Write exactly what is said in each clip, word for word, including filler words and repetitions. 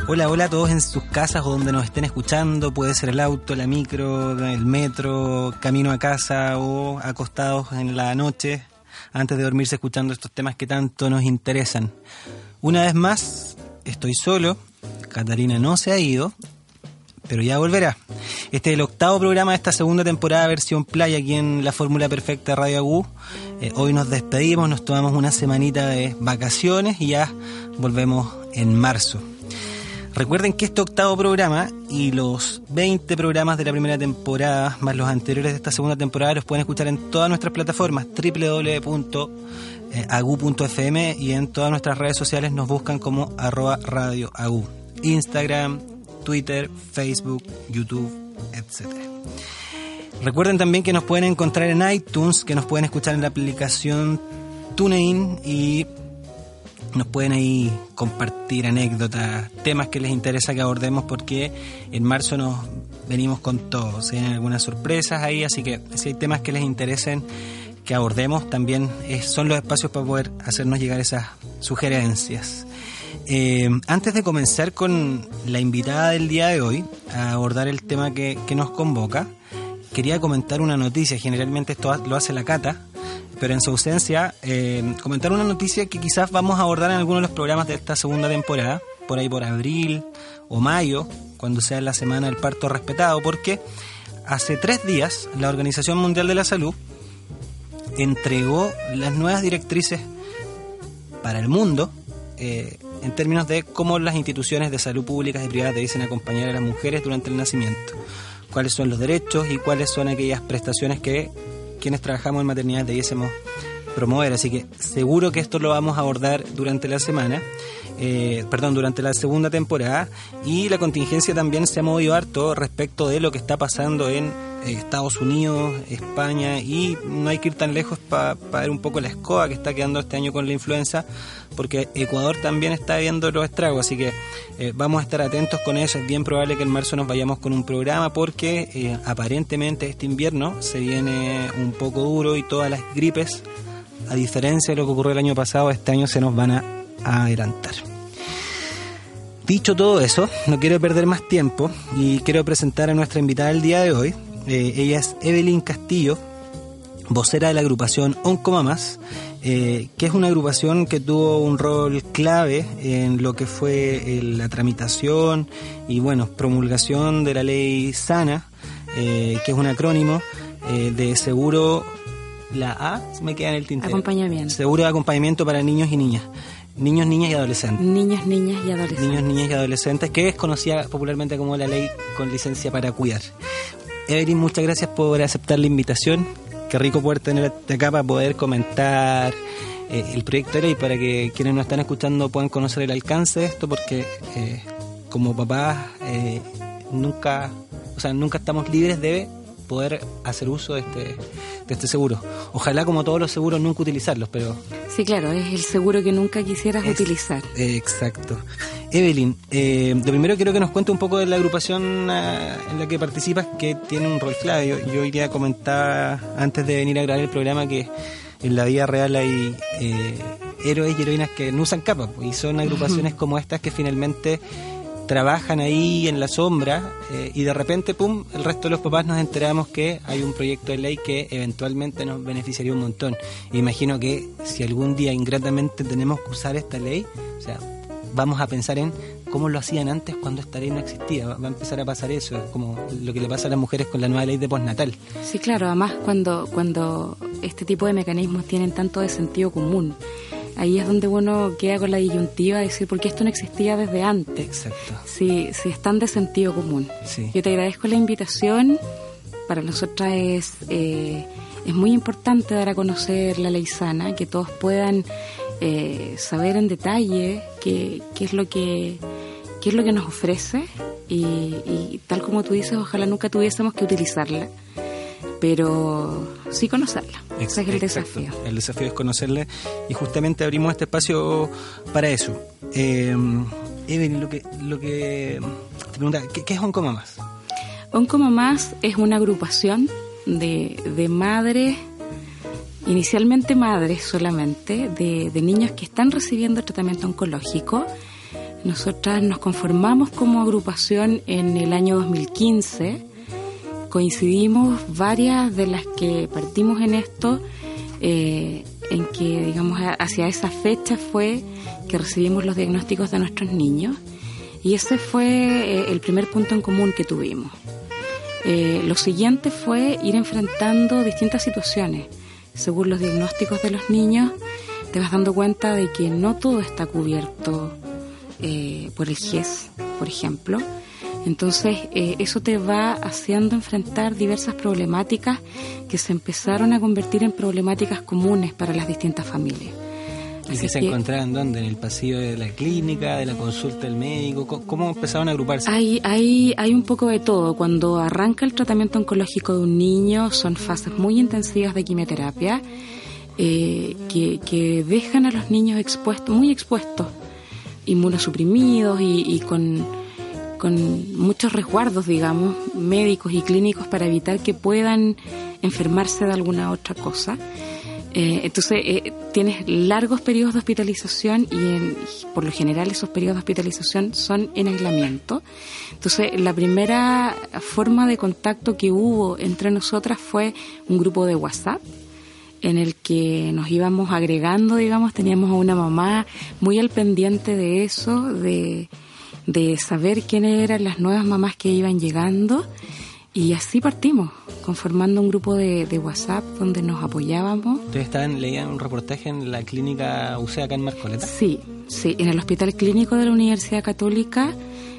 Hola, hola a todos en sus casas o donde nos estén escuchando. Puede ser el auto, la micro, el metro, camino a casa o acostados en la noche antes de dormirse escuchando estos temas que tanto nos interesan. Una vez más, estoy solo. Catarina no se ha ido, pero ya volverá. Este es el octavo programa de esta segunda temporada versión playa aquí en la Fórmula Perfecta Radio A U. Eh, hoy nos despedimos, nos tomamos una semanita de vacaciones y ya volvemos en marzo. Recuerden que este octavo programa y los veinte programas de la primera temporada, más los anteriores de esta segunda temporada, los pueden escuchar en todas nuestras plataformas, doble u doble u doble u punto a u punto efe eme, y en todas nuestras redes sociales nos buscan como arroba radio A U. Instagram, Twitter, Facebook, YouTube, etcétera. Recuerden también que nos pueden encontrar en iTunes, que nos pueden escuchar en la aplicación TuneIn y nos pueden ahí compartir anécdotas, temas que les interesa que abordemos, porque en marzo nos venimos con todo. Se vienen algunas sorpresas ahí, así que si hay temas que les interesen que abordemos, también es, son los espacios para poder hacernos llegar esas sugerencias. Eh, antes de comenzar con la invitada del día de hoy a abordar el tema que, que nos convoca, quería comentar una noticia. Generalmente esto lo hace la Cata, pero en su ausencia, eh, comentar una noticia que quizás vamos a abordar en algunos de los programas de esta segunda temporada, por ahí por abril o mayo, cuando sea la semana del parto respetado, porque hace tres días la Organización Mundial de la Salud entregó las nuevas directrices para el mundo, eh, en términos de cómo las instituciones de salud públicas y privadas deben acompañar a las mujeres durante el nacimiento, cuáles son los derechos y cuáles son aquellas prestaciones que quienes trabajamos en maternidad debiésemos promover. Así que seguro que esto lo vamos a abordar durante la semana, eh, perdón, durante la segunda temporada, y la contingencia también se ha movido harto respecto de lo que está pasando en eh, Estados Unidos, España, y no hay que ir tan lejos para pa ver un poco la escoba que está quedando este año con la influenza, porque Ecuador también está viendo los estragos, así que eh, vamos a estar atentos con eso. Es bien probable que en marzo nos vayamos con un programa, porque eh, aparentemente este invierno se viene un poco duro y todas las gripes, a diferencia de lo que ocurrió el año pasado, este año se nos van a, a adelantar. Dicho todo eso, no quiero perder más tiempo y quiero presentar a nuestra invitada del día de hoy. Eh, ella es Evelyn Castillo, vocera de la agrupación Oncomamás, eh, que es una agrupación que tuvo un rol clave en lo que fue eh, la tramitación y bueno, promulgación de la ley SANA, eh, que es un acrónimo eh, de seguro, la A, se me queda en el tintero. Acompañamiento. Seguro de acompañamiento para niños y niñas. Niños, niñas y adolescentes. Niños, niñas y adolescentes. Niños, niñas y adolescentes, que es conocida popularmente como la ley con licencia para cuidar. Evelyn, muchas gracias por aceptar la invitación. Qué rico poder tenerte acá para poder comentar eh, el proyecto de ley, para que quienes nos están escuchando puedan conocer el alcance de esto, porque eh, como papás eh, nunca, o sea, nunca estamos libres de poder hacer uso de este, de este seguro. Ojalá, como todos los seguros, nunca utilizarlos, pero... Sí, claro, es el seguro que nunca quisieras es, utilizar. Eh, exacto. Evelyn, eh, de primero quiero que nos cuente un poco de la agrupación uh, en la que participas, que tiene un rol clave. Yo, yo hoy día comentaba, antes de venir a grabar el programa, que en la vida real hay eh, héroes y heroínas que no usan capa, y son agrupaciones como estas que finalmente trabajan ahí en la sombra, eh, y de repente, pum, el resto de los papás nos enteramos que hay un proyecto de ley que eventualmente nos beneficiaría un montón. E imagino que si algún día ingratamente tenemos que usar esta ley, o sea, vamos a pensar en cómo lo hacían antes cuando esta ley no existía. Va a empezar a pasar eso, es como lo que le pasa a las mujeres con la nueva ley de postnatal. Sí, claro, además cuando, cuando este tipo de mecanismos tienen tanto de sentido común, ahí es donde uno queda con la disyuntiva de decir, ¿por qué esto no existía desde antes? Exacto. Si, si es tan de sentido común. Sí. Yo te agradezco la invitación. Para nosotras es, eh, es muy importante dar a conocer la ley SANA, que todos puedan eh, saber en detalle qué, qué es lo que qué es lo que nos ofrece, y, y tal como tú dices, ojalá nunca tuviésemos que utilizarla, pero sí conocerla. Ese es el Exacto. desafío. El desafío es conocerla, y justamente abrimos este espacio para eso. Eh, Evelyn, lo que, lo que te preguntaba, ¿qué, qué es Oncomamás? Oncomamás es una agrupación de, de madres, inicialmente madres solamente, de, de niños que están recibiendo tratamiento oncológico, Nosotras nos conformamos como agrupación en el año dos mil quince. Coincidimos varias de las que partimos en esto, eh, en que, digamos, hacia esa fecha fue que recibimos los diagnósticos de nuestros niños, y ese fue eh, el primer punto en común que tuvimos. Eh, lo siguiente fue ir enfrentando distintas situaciones. Según los diagnósticos de los niños, te vas dando cuenta de que no todo está cubierto eh, por el G E S, por ejemplo. Entonces, eh, eso te va haciendo enfrentar diversas problemáticas que se empezaron a convertir en problemáticas comunes para las distintas familias. ¿Y que se encontraban dónde? ¿En el pasillo de la clínica, de la consulta del médico? ¿Cómo empezaron a agruparse? Hay, hay, hay un poco de todo. Cuando arranca el tratamiento oncológico de un niño, son fases muy intensivas de quimioterapia eh, que, que dejan a los niños expuestos, muy expuestos, inmunosuprimidos y, y con, con muchos resguardos, digamos, médicos y clínicos para evitar que puedan enfermarse de alguna otra cosa. Eh, entonces eh, tienes largos periodos de hospitalización y, en, y por lo general esos periodos de hospitalización son en aislamiento. Entonces la primera forma de contacto que hubo entre nosotras fue un grupo de WhatsApp en el que nos íbamos agregando, digamos, teníamos a una mamá muy al pendiente de eso, de, de saber quiénes eran las nuevas mamás que iban llegando, y así partimos, conformando un grupo de, de WhatsApp donde nos apoyábamos. ¿Ustedes estaban, leían un reportaje en la clínica U C E acá en Marcoleta? Sí, sí, en el Hospital Clínico de la Universidad Católica.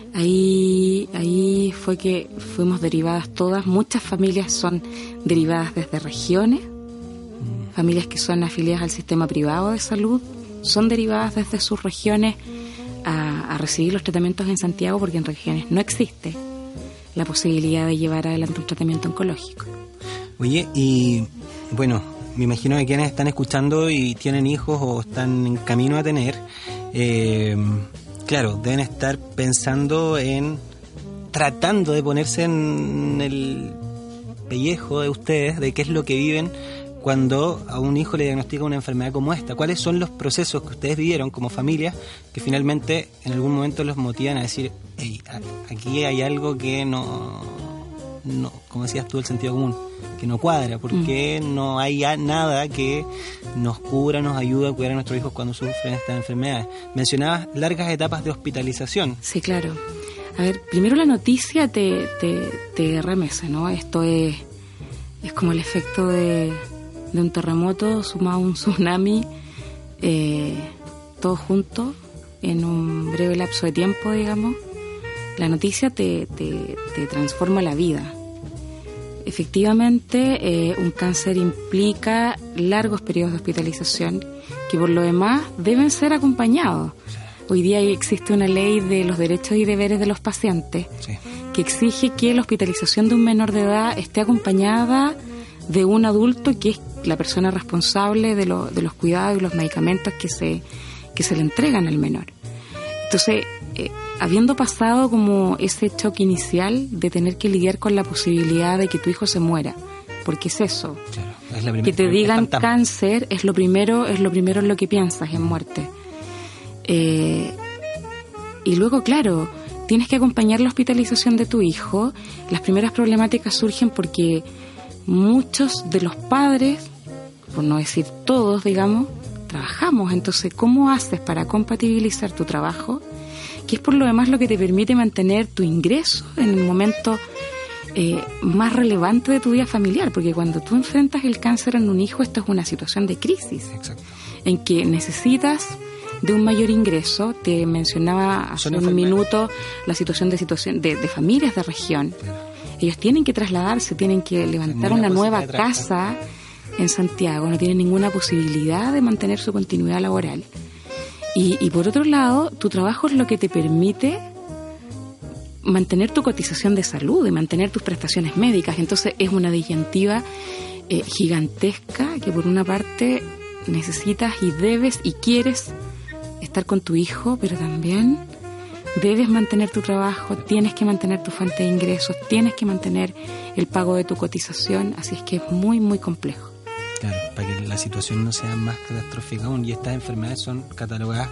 Ahí, ahí fue que fuimos derivadas todas. Muchas familias son derivadas desde regiones, mm. familias que son afiliadas al sistema privado de salud, son derivadas desde sus regiones a, a recibir los tratamientos en Santiago, porque en regiones no existe la posibilidad de llevar adelante un tratamiento oncológico. Oye, y bueno, me imagino que quienes están escuchando y tienen hijos o están en camino a tener, eh, claro, deben estar pensando en, tratando de ponerse en el pellejo de ustedes, de qué es lo que viven cuando a un hijo le diagnostican una enfermedad como esta. ¿Cuáles son los procesos que ustedes vivieron como familia que finalmente en algún momento los motivan a decir, hey, aquí hay algo que no, no, como decías tú, el sentido común, que no cuadra, porque mm. no hay nada que nos cubra, nos ayude a cuidar a nuestros hijos cuando sufren estas enfermedades? Mencionabas largas etapas de hospitalización. Sí, claro. A ver, primero la noticia te, te, te remece, ¿no? Esto es, es como el efecto de... de un terremoto sumado a un tsunami, eh, todo junto en un breve lapso de tiempo, digamos. La noticia te, te, te transforma la vida. Efectivamente, eh, un cáncer implica largos periodos de hospitalización que por lo demás deben ser acompañados. Hoy día existe una ley de los derechos y deberes de los pacientes, sí, que exige que la hospitalización de un menor de edad esté acompañada de un adulto que es la persona responsable de, lo, de los cuidados y los medicamentos que se, que se le entregan al menor. Entonces, eh, habiendo pasado como ese choque inicial de tener que lidiar con la posibilidad de que tu hijo se muera, porque es eso, claro, es la que te digan cáncer, es lo primero, es lo primero en lo que piensas, en muerte. Eh, y luego, claro, tienes que acompañar la hospitalización de tu hijo. Las primeras problemáticas surgen porque muchos de los padres, por no decir todos, digamos, trabajamos. Entonces, ¿cómo haces para compatibilizar tu trabajo, que es por lo demás lo que te permite mantener tu ingreso en el momento eh, más relevante de tu vida familiar? Porque cuando tú enfrentas el cáncer en un hijo, esto es una situación de crisis. Exacto. En que necesitas de un mayor ingreso. Te mencionaba hace un minuto la situación de situación de, de familias de región. Claro. Ellos tienen que trasladarse, tienen que levantar una nueva casa en Santiago, no tienen ninguna posibilidad de mantener su continuidad laboral. Y, y por otro lado, tu trabajo es lo que te permite mantener tu cotización de salud y mantener tus prestaciones médicas. Entonces es una disyuntiva eh, gigantesca que por una parte necesitas y debes y quieres estar con tu hijo, pero también debes mantener tu trabajo, tienes que mantener tu fuente de ingresos, tienes que mantener el pago de tu cotización, así es que es muy, muy complejo. Claro, para que la situación no sea más catastrófica aún, y estas enfermedades son catalogadas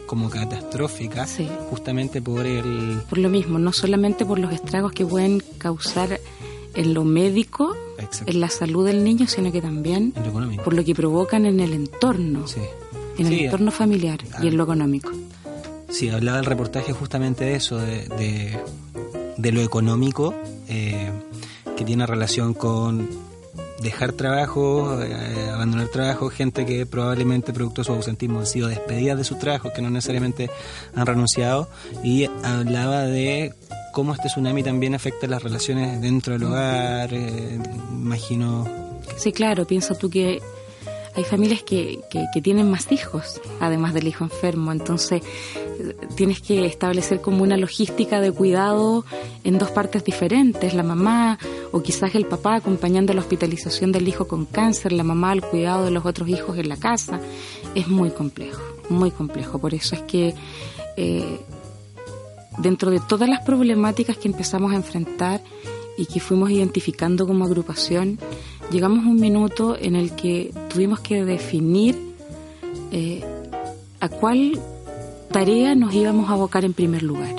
como catastrófica, sí. justamente por el... Por lo mismo, no solamente por los estragos que pueden causar en lo médico, Exacto. en la salud del niño, sino que también en lo económico. Por lo que provocan en el entorno, sí. en el sí, entorno familiar ah, y en lo económico. Sí, hablaba el reportaje justamente de eso, de, de, de lo económico, eh, que tiene relación con dejar trabajo, eh, abandonar trabajo, gente que probablemente producto de su ausentismo han sido despedidas de sus trabajos, que no necesariamente han renunciado, y hablaba de cómo este tsunami también afecta las relaciones dentro del hogar, eh, imagino... Sí, claro, piensa tú que hay familias que, que, que tienen más hijos, además del hijo enfermo, entonces tienes que establecer como una logística de cuidado en dos partes diferentes, la mamá o quizás el papá acompañando la hospitalización del hijo con cáncer, la mamá al cuidado de los otros hijos en la casa. Es muy complejo, muy complejo, por eso es que eh, dentro de todas las problemáticas que empezamos a enfrentar y que fuimos identificando como agrupación, llegamos a un minuto en el que tuvimos que definir eh, a cuál tarea nos íbamos a abocar en primer lugar.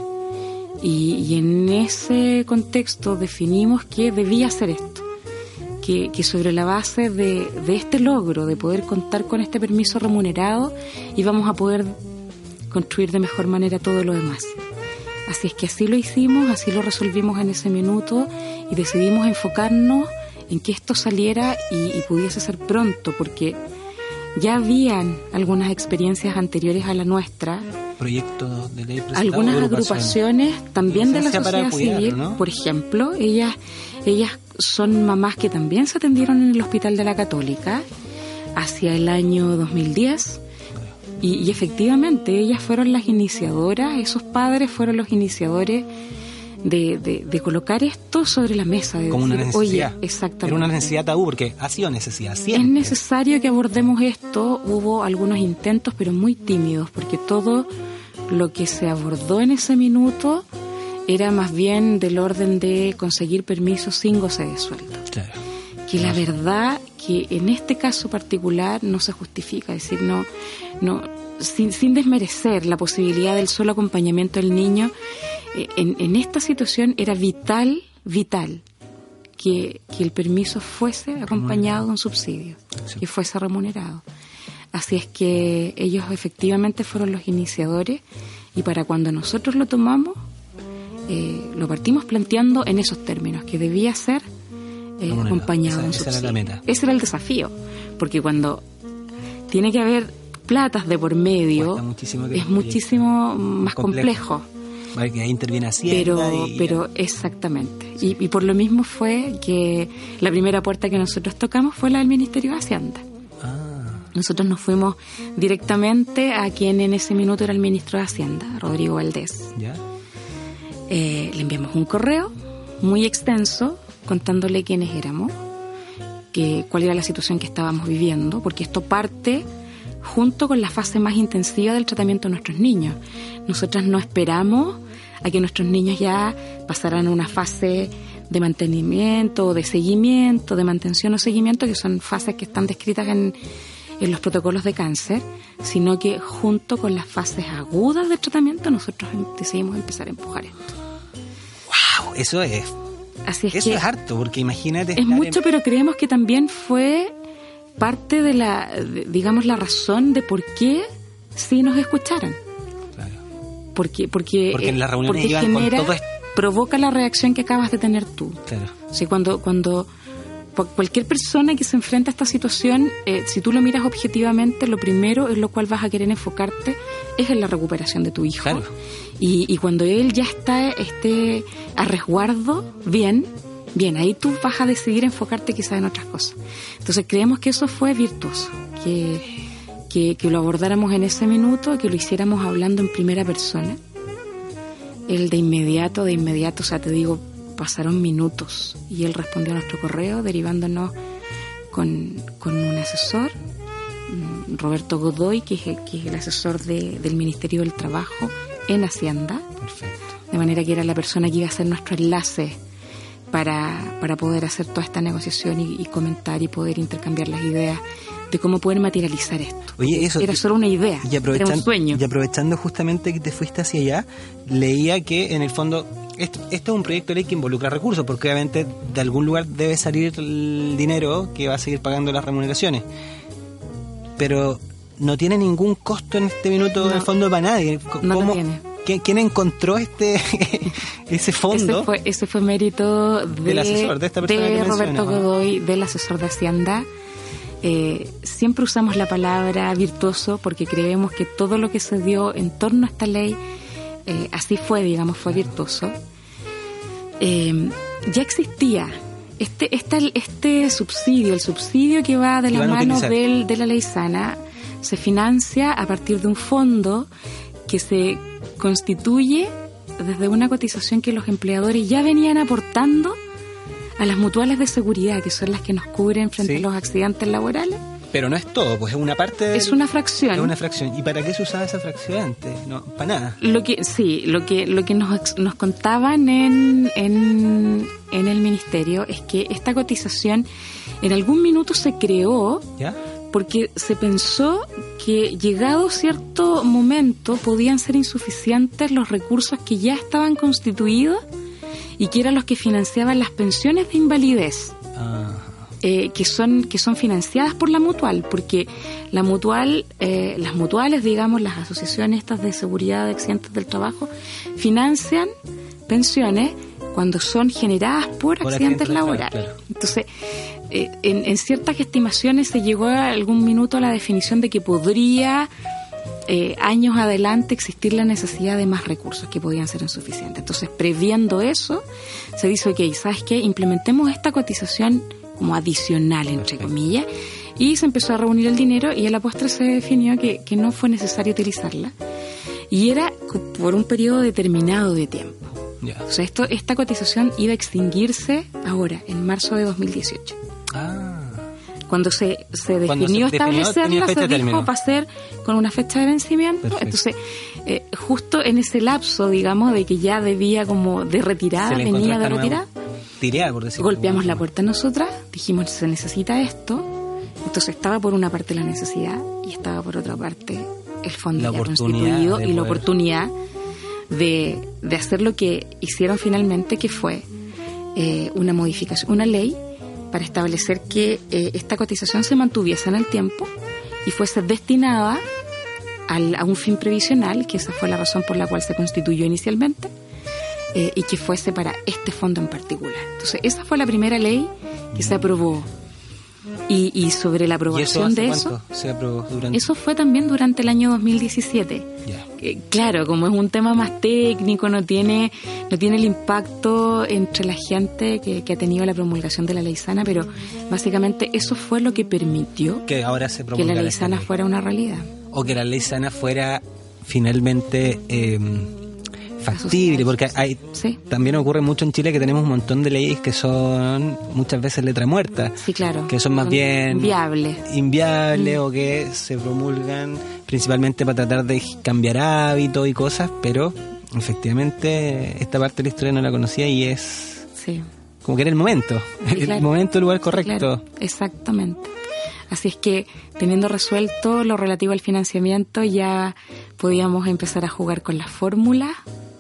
Y, y en ese contexto definimos que debía ser esto, que, que sobre la base de, de este logro, de poder contar con este permiso remunerado, íbamos a poder construir de mejor manera todo lo demás. Así es que así lo hicimos, así lo resolvimos en ese minuto y decidimos enfocarnos en que esto saliera y, y pudiese ser pronto, porque ya habían algunas experiencias anteriores a la nuestra, proyectos de ley, algunas agrupaciones también de la sociedad cuidar, civil, ¿no? Por ejemplo, ellas, ellas son mamás que también se atendieron en el Hospital de la Católica hacia el año dos mil diez. Y, y efectivamente ellas fueron las iniciadoras, esos padres fueron los iniciadores de, de, de colocar esto sobre la mesa. De Como decir, una necesidad. Oye, exactamente. Era una necesidad tabú porque ha sido necesidad siempre. Es necesario que abordemos esto. Hubo algunos intentos, pero muy tímidos, porque todo lo que se abordó en ese minuto era más bien del orden de conseguir permisos sin goce de sueldo. Claro. Que la verdad que en este caso particular no se justifica, es decir, no, no, sin, sin desmerecer la posibilidad del solo acompañamiento del niño, eh, en, en esta situación era vital, vital que, que el permiso fuese acompañado de un subsidio, sí. que fuese remunerado. Así es que ellos efectivamente fueron los iniciadores y para cuando nosotros lo tomamos, eh, lo partimos planteando en esos términos, que debía ser Eh, acompañado en esa, esa era la meta. Ese era el desafío, porque cuando tiene que haber platas de por medio muchísimo es muchísimo más complejo, complejo. Vale, que ahí interviene Hacienda pero y... pero exactamente sí. y, y por lo mismo fue que la primera puerta que nosotros tocamos fue la del Ministerio de Hacienda. ah. Nosotros nos fuimos directamente a quien en ese minuto era el ministro de Hacienda, Rodrigo Valdés. ¿Ya? Eh, le enviamos un correo muy extenso contándole quiénes éramos, que, cuál era la situación que estábamos viviendo, porque esto parte junto con la fase más intensiva del tratamiento de nuestros niños. Nosotras no esperamos a que nuestros niños ya pasaran a una fase de mantenimiento, de seguimiento, de mantención o seguimiento, que son fases que están descritas en, en los protocolos de cáncer, sino que junto con las fases agudas del tratamiento nosotros decidimos empezar a empujar esto. ¡Wow! Eso es... Así es Eso que es harto, porque imagínate... Es mucho, en... pero creemos que también fue parte de la, de, digamos, la razón de por qué sí nos escucharan. Claro. Porque, porque, porque en las reuniones porque iban genera, con todo esto. Provoca la reacción que acabas de tener tú. Claro. O sea, cuando, cuando cualquier persona que se enfrenta a esta situación, eh, si tú lo miras objetivamente, lo primero en lo cual vas a querer enfocarte es en la recuperación de tu hijo. Claro. Y, y cuando él ya está esté a resguardo, bien, bien, ahí tú vas a decidir enfocarte quizás en otras cosas. Entonces creemos que eso fue virtuoso, que, que, que lo abordáramos en ese minuto, que lo hiciéramos hablando en primera persona. Él de inmediato, de inmediato, o sea, te digo, pasaron minutos y él respondió a nuestro correo derivándonos con, con un asesor, Roberto Godoy, que es, que es el asesor de, del Ministerio del Trabajo en Hacienda. Perfecto. De manera que era la persona que iba a hacer nuestro enlace para, para poder hacer toda esta negociación y, y comentar y poder intercambiar las ideas de cómo poder materializar esto. Oye, eso, era solo una idea, y era un sueño. Y aprovechando justamente que te fuiste hacia allá, leía que en el fondo esto, esto es un proyecto de ley que involucra recursos, porque obviamente de algún lugar debe salir el dinero que va a seguir pagando las remuneraciones. Pero no tiene ningún costo en este minuto no, en el fondo para nadie. ¿Cómo, no lo tiene. ¿Quién encontró este ese fondo? Ese fue, ese fue mérito de, del asesor, de esta persona de que Roberto menciona. Godoy, del asesor de Hacienda. Eh, siempre usamos la palabra virtuoso porque creemos que todo lo que se dio en torno a esta ley, eh, así fue, digamos, fue virtuoso. Eh, ya existía este, este, este subsidio, el subsidio que va de la mano del, de la ley sana, se financia a partir de un fondo que se constituye desde una cotización que los empleadores ya venían aportando a las mutuales de seguridad, que son las que nos cubren frente sí. a los accidentes laborales. Pero no es todo, pues es una parte del, es una fracción. Es una fracción. ¿Y para qué se usaba esa fracción antes? No, para nada. Lo que sí, lo que lo que nos nos contaban en en en el ministerio es que esta cotización en algún minuto se creó, ¿ya? Porque se pensó que llegado cierto momento podían ser insuficientes los recursos que ya estaban constituidos y que eran los que financiaban las pensiones de invalidez, ah. eh, que son que son financiadas por la mutual, porque la mutual, eh, las mutuales, digamos, las asociaciones estas de seguridad de accidentes del trabajo, financian pensiones cuando son generadas por, por accidentes laborales. Claro. Entonces, eh, en, en ciertas estimaciones se llegó a algún minuto a la definición de que podría eh, años adelante existir la necesidad de más recursos que podían ser insuficientes. Entonces, previendo eso, se dice, ok, ¿sabes qué? Implementemos esta cotización como adicional, entre Perfecto. comillas, y se empezó a reunir el dinero y a la postre se definió que, que no fue necesario utilizarla y era por un periodo determinado de tiempo. Yeah. O sea, esto, esta cotización iba a extinguirse ahora, en marzo de dos mil dieciocho. Ah. Cuando se, se definió se establecerla, se dijo va a ser con una fecha de vencimiento. Perfecto. Entonces, eh, justo en ese lapso, digamos, de que ya debía como de retirada, venía de retirada, tirear, por decirlo. Golpeamos la puerta nosotras, dijimos se necesita esto. Entonces estaba por una parte la necesidad y estaba por otra parte el fondo la ya constituido y poder. la oportunidad de, de hacer lo que hicieron finalmente, que fue eh, una modificación, una ley para establecer que eh, esta cotización se mantuviese en el tiempo y fuese destinada al, a un fin previsional, que esa fue la razón por la cual se constituyó inicialmente, eh, y que fuese para este fondo en particular. Entonces, esa fue la primera ley que se aprobó. Y, y sobre la aprobación de eso, se aprobó durante... eso fue también durante el año dos mil diecisiete. Yeah. Eh, claro, como es un tema más técnico, no tiene no tiene el impacto entre la gente que, que ha tenido la promulgación de la ley sana, pero básicamente eso fue lo que permitió que ahora se que la ley sana ley. fuera una realidad. O que la ley sana fuera finalmente... Eh, factible, porque hay, sí. también ocurre mucho en Chile que tenemos un montón de leyes que son muchas veces letra muerta, sí, claro, que son más son bien inviables, inviables mm. o que se promulgan principalmente para tratar de cambiar hábitos y cosas, pero efectivamente esta parte de la historia no la conocía y es sí. como que era el momento, sí, el claro. momento, el lugar correcto. Claro, exactamente. Así es que, teniendo resuelto lo relativo al financiamiento, ya podíamos empezar a jugar con las fórmulas,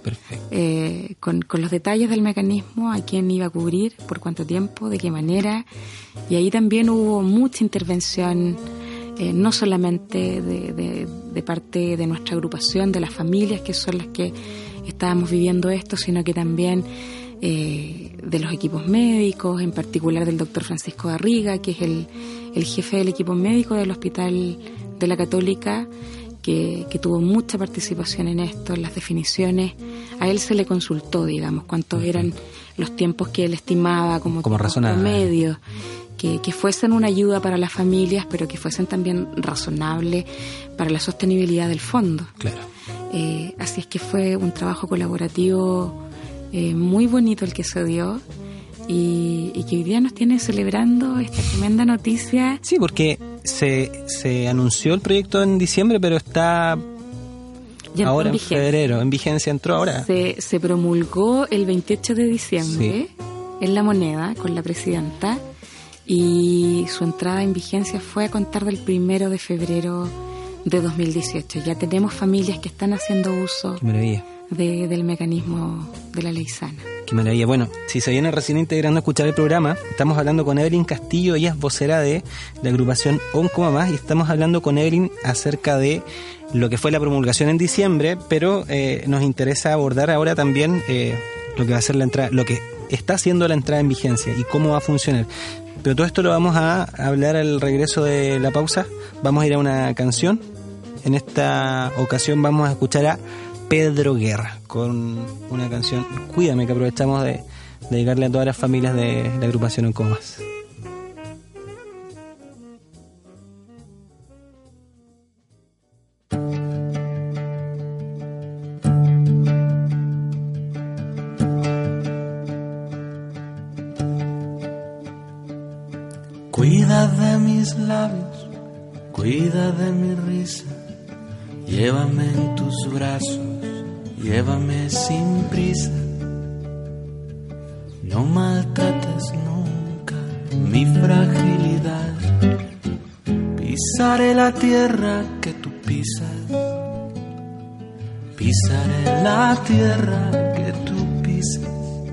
eh, con, con los detalles del mecanismo, a quién iba a cubrir, por cuánto tiempo, de qué manera. Y ahí también hubo mucha intervención, eh, no solamente de, de, de parte de nuestra agrupación, de las familias que son las que estábamos viviendo esto, sino que también... Eh, de los equipos médicos, en particular del doctor Francisco Garriga, que es el, el jefe del equipo médico del Hospital de la Católica, que, que tuvo mucha participación en esto, en las definiciones. A él se le consultó, digamos, cuántos eran los tiempos que él estimaba como, como promedio, que, que fuesen una ayuda para las familias, pero que fuesen también razonables para la sostenibilidad del fondo. Claro. Eh, así es que fue un trabajo colaborativo Eh, muy bonito el que se dio y, y que hoy día nos tiene celebrando esta tremenda noticia. Sí, porque se, se anunció el proyecto en diciembre, pero está ya ahora en, en febrero, en vigencia entró ahora. Se, se promulgó el veintiocho de diciembre, sí, en La Moneda con la presidenta y su entrada en vigencia fue a contar del primero de febrero de dos mil dieciocho. Ya tenemos familias que están haciendo uso de, del mecanismo de la ley sana. Qué maravilla. Bueno, si se viene recién integrando a escuchar el programa, estamos hablando con Evelyn Castillo. Ella es vocera de la agrupación Oncomamás y estamos hablando con Evelyn acerca de lo que fue la promulgación en diciembre, pero eh, nos interesa abordar ahora también eh, lo que va a ser la entrada, lo que está haciendo la entrada en vigencia y cómo va a funcionar. Pero todo esto lo vamos a hablar al regreso de la pausa. Vamos a ir a una canción. En esta ocasión vamos a escuchar a Pedro Guerra con una canción Cuídame, que aprovechamos de dedicarle a todas las familias de la agrupación Oncomamás. Cuida de mis labios, cuida de mi risa, llévame en tus brazos, llévame sin prisa. No maltrates nunca mi fragilidad. Pisaré la tierra que tú pisas, pisaré la tierra que tú pisas.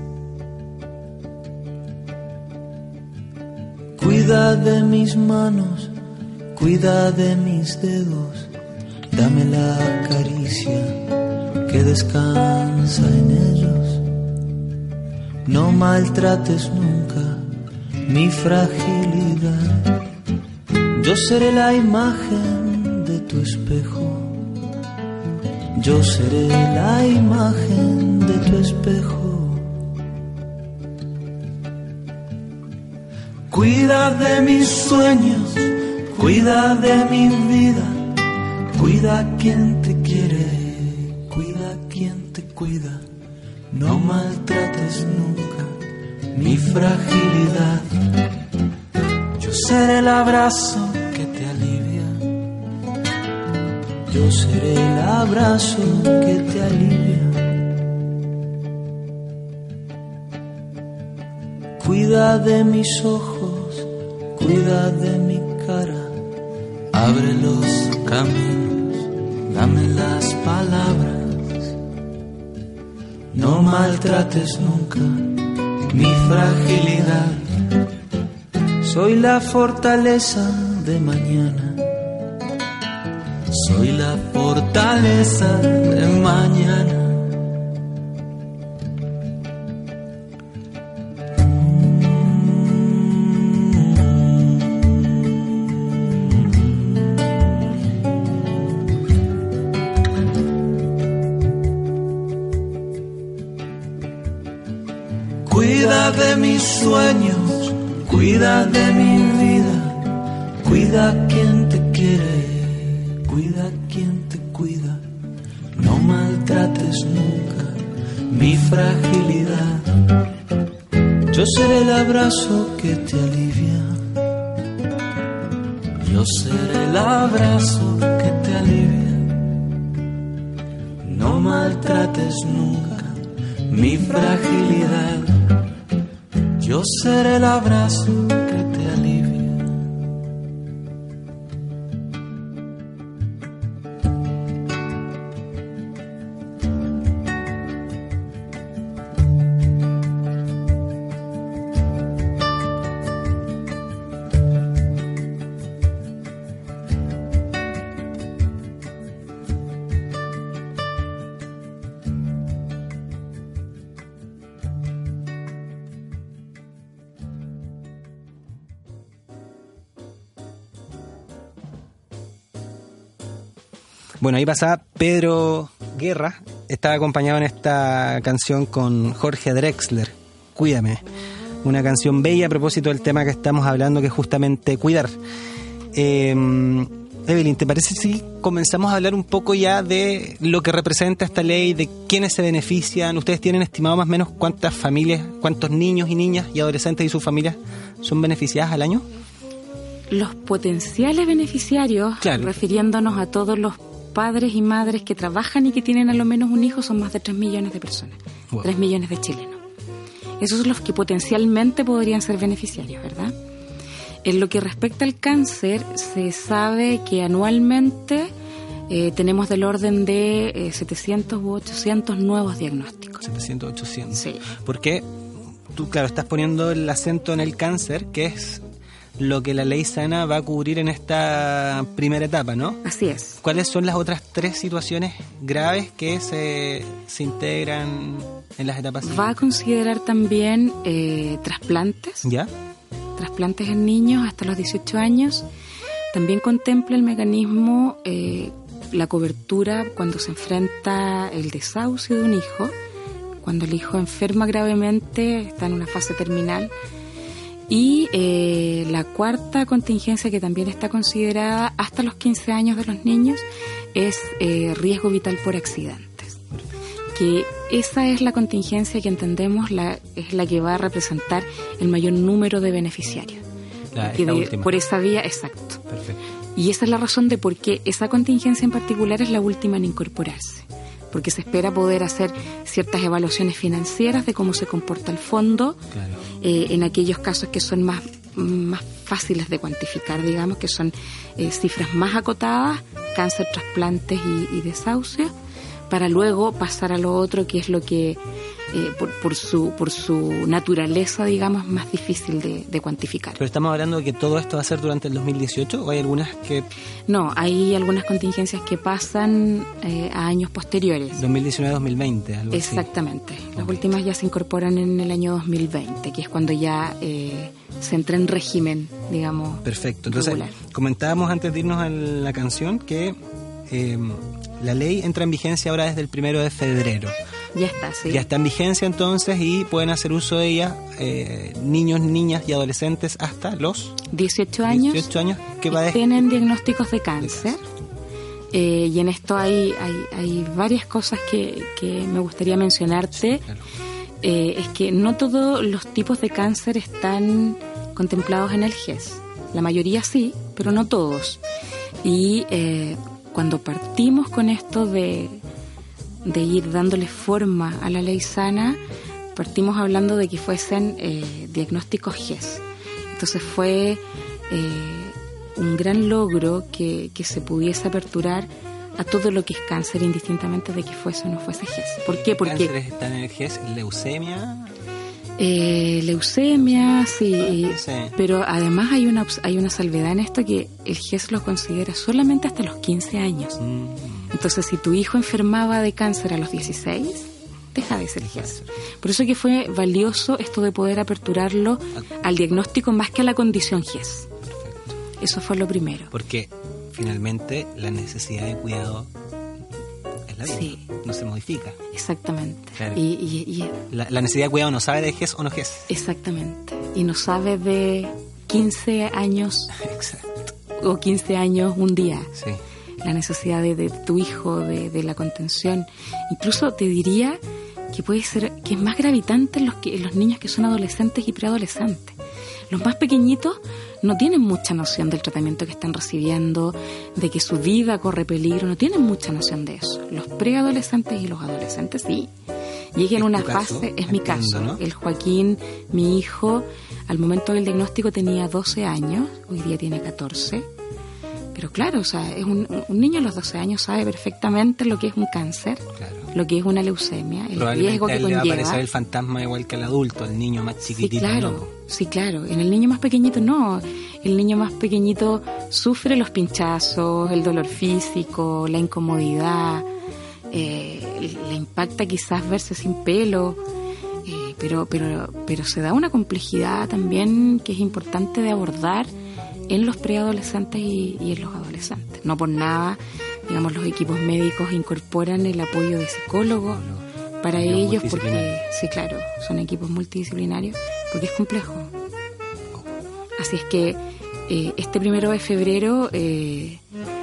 Cuida de mis manos, cuida de mis dedos, dame la caricia que descansa en ellos. No maltrates nunca mi fragilidad. Yo seré la imagen de tu espejo. Yo seré la imagen de tu espejo. Cuida de mis sueños, cuida de mi vida. Cuida a quien te quiere, cuida a quien te cuida. No maltrates nunca mi fragilidad. Yo seré el abrazo que te alivia. Yo seré el abrazo que te alivia. Cuida de mis ojos, cuida de mi cara. Abre los caminos, dame las palabras. No maltrates nunca mi fragilidad. Soy la fortaleza de mañana. Soy la fortaleza de mañana. Cuida de mis sueños, cuida de mi vida, cuida a quien te quiere, cuida a quien te cuida. No maltrates nunca mi fragilidad. Yo seré el abrazo que te alivia. Yo seré el abrazo que te alivia. No maltrates nunca mi fragilidad. Yo seré el abrazo que te alivia. Bueno, ahí pasaba Pedro Guerra, estaba acompañado en esta canción con Jorge Drexler, Cuídame, una canción bella a propósito del tema que estamos hablando, que es justamente cuidar. Eh, Evelyn, ¿te parece si comenzamos a hablar un poco ya de lo que representa esta ley, de quiénes se benefician? ¿Ustedes tienen estimado más o menos cuántas familias, cuántos niños y niñas y adolescentes y sus familias son beneficiadas al año? Los potenciales beneficiarios, claro, refiriéndonos a todos los padres y madres que trabajan y que tienen a lo menos un hijo, son más de tres millones de personas, wow. tres millones de chilenos. Esos son los que potencialmente podrían ser beneficiarios, ¿verdad? En lo que respecta al cáncer, se sabe que anualmente eh, tenemos del orden de eh, setecientos u ochocientos nuevos diagnósticos. setecientos, ochocientos. Sí. Porque tú, claro, estás poniendo el acento en el cáncer, que es lo que la ley Sana va a cubrir en esta primera etapa, ¿no? Así es. ¿Cuáles son las otras tres situaciones graves que se, se integran en las etapas siguientes? Va a considerar también eh, trasplantes. ¿Ya? Trasplantes en niños hasta los dieciocho años. También contempla el mecanismo, eh, la cobertura cuando se enfrenta el desahucio de un hijo, cuando el hijo enferma gravemente, está en una fase terminal. Y eh, la cuarta contingencia, que también está considerada hasta los quince años de los niños, es eh, riesgo vital por accidentes. Que esa es la contingencia que entendemos la, es la que va a representar el mayor número de beneficiarios. La, que esta de, última. Por esa vía, exacto. Perfecto. Y esa es la razón de por qué esa contingencia en particular es la última en incorporarse. Porque se espera poder hacer ciertas evaluaciones financieras de cómo se comporta el fondo, Claro. eh, en aquellos casos que son más, más fáciles de cuantificar, digamos, que son eh, cifras más acotadas, cáncer, trasplantes y, y desahucios, para luego pasar a lo otro, que es lo que eh, por, por su por su naturaleza, digamos, es más difícil de, de cuantificar. Pero estamos hablando de que todo esto va a ser durante el dos mil dieciocho, o hay algunas que No, hay algunas contingencias que pasan eh, a años posteriores. dos mil diecinueve dos mil veinte, algo así. Exactamente. Las Ok. últimas ya se incorporan en el año dos mil veinte, que es cuando ya eh, se entra en régimen, digamos. Perfecto. Entonces, regular. comentábamos antes de irnos a la canción que eh, la ley entra en vigencia ahora desde el primero de febrero. Ya está, sí. Ya está en vigencia entonces y pueden hacer uso de ella eh, niños, niñas y adolescentes hasta los dieciocho años. dieciocho años que va de... Tienen diagnósticos de cáncer. Eh, y en esto hay, hay, hay varias cosas que, que me gustaría mencionarte. Claro. Eh, es que no todos los tipos de cáncer están contemplados en el G E S. La mayoría sí, pero no todos. Y eh, cuando partimos con esto de, de ir dándole forma a la ley Sana, partimos hablando de que fuesen eh, diagnósticos G E S. Entonces fue eh, un gran logro que, que se pudiese aperturar a todo lo que es cáncer, indistintamente de que fuese o no fuese G E S. ¿Por qué? Porque Cánceres están en el G E S, leucemia... Eh, leucemia, sí, Sí. pero además hay una hay una salvedad en esto, que el G E S lo considera solamente hasta los quince años. Mm, Entonces, si tu hijo enfermaba de cáncer a los dieciséis, deja de ser G E S. Por eso que fue valioso esto de poder aperturarlo al diagnóstico más que a la condición G E S. perfecto. Eso fue lo primero. Porque finalmente la necesidad de cuidado es la vida, Sí. no se modifica. Exactamente. Claro. Y, y, y La, la necesidad de cuidado no sabe de G E S o no G E S. exactamente. Y no sabe de quince años Exacto. o quince años un día. Sí. La necesidad de, de tu hijo, de, de la contención. Incluso te diría que puede ser que es más gravitante en los, que, en los niños que son adolescentes y preadolescentes. Los más pequeñitos no tienen mucha noción del tratamiento que están recibiendo, de que su vida corre peligro, no tienen mucha noción de eso. Los preadolescentes y los adolescentes sí. Llegan ¿Es a una tu caso? fase, es mi Entiendo, caso. ¿no? El Joaquín, mi hijo, al momento del diagnóstico tenía doce años, hoy día tiene catorce. Pero claro, o sea, es un, un niño a los doce años sabe perfectamente lo que es un cáncer, Claro. lo que es una leucemia, el Probablemente riesgo a que él le va a conlleva. aparecer el fantasma igual que al adulto, el niño más Sí, chiquitito. claro, ¿no? sí, claro. En el niño más pequeñito no. El niño más pequeñito sufre los pinchazos, el dolor físico, la incomodidad, eh, le impacta quizás verse sin pelo, eh, pero, pero, pero se da una complejidad también que es importante de abordar en los preadolescentes y, y en los adolescentes. No por nada, digamos, los equipos médicos incorporan el apoyo de psicólogos para Equipos ellos, porque multidisciplinarios. sí, claro, son equipos multidisciplinarios, porque es complejo. Así es que eh, este primero de febrero eh,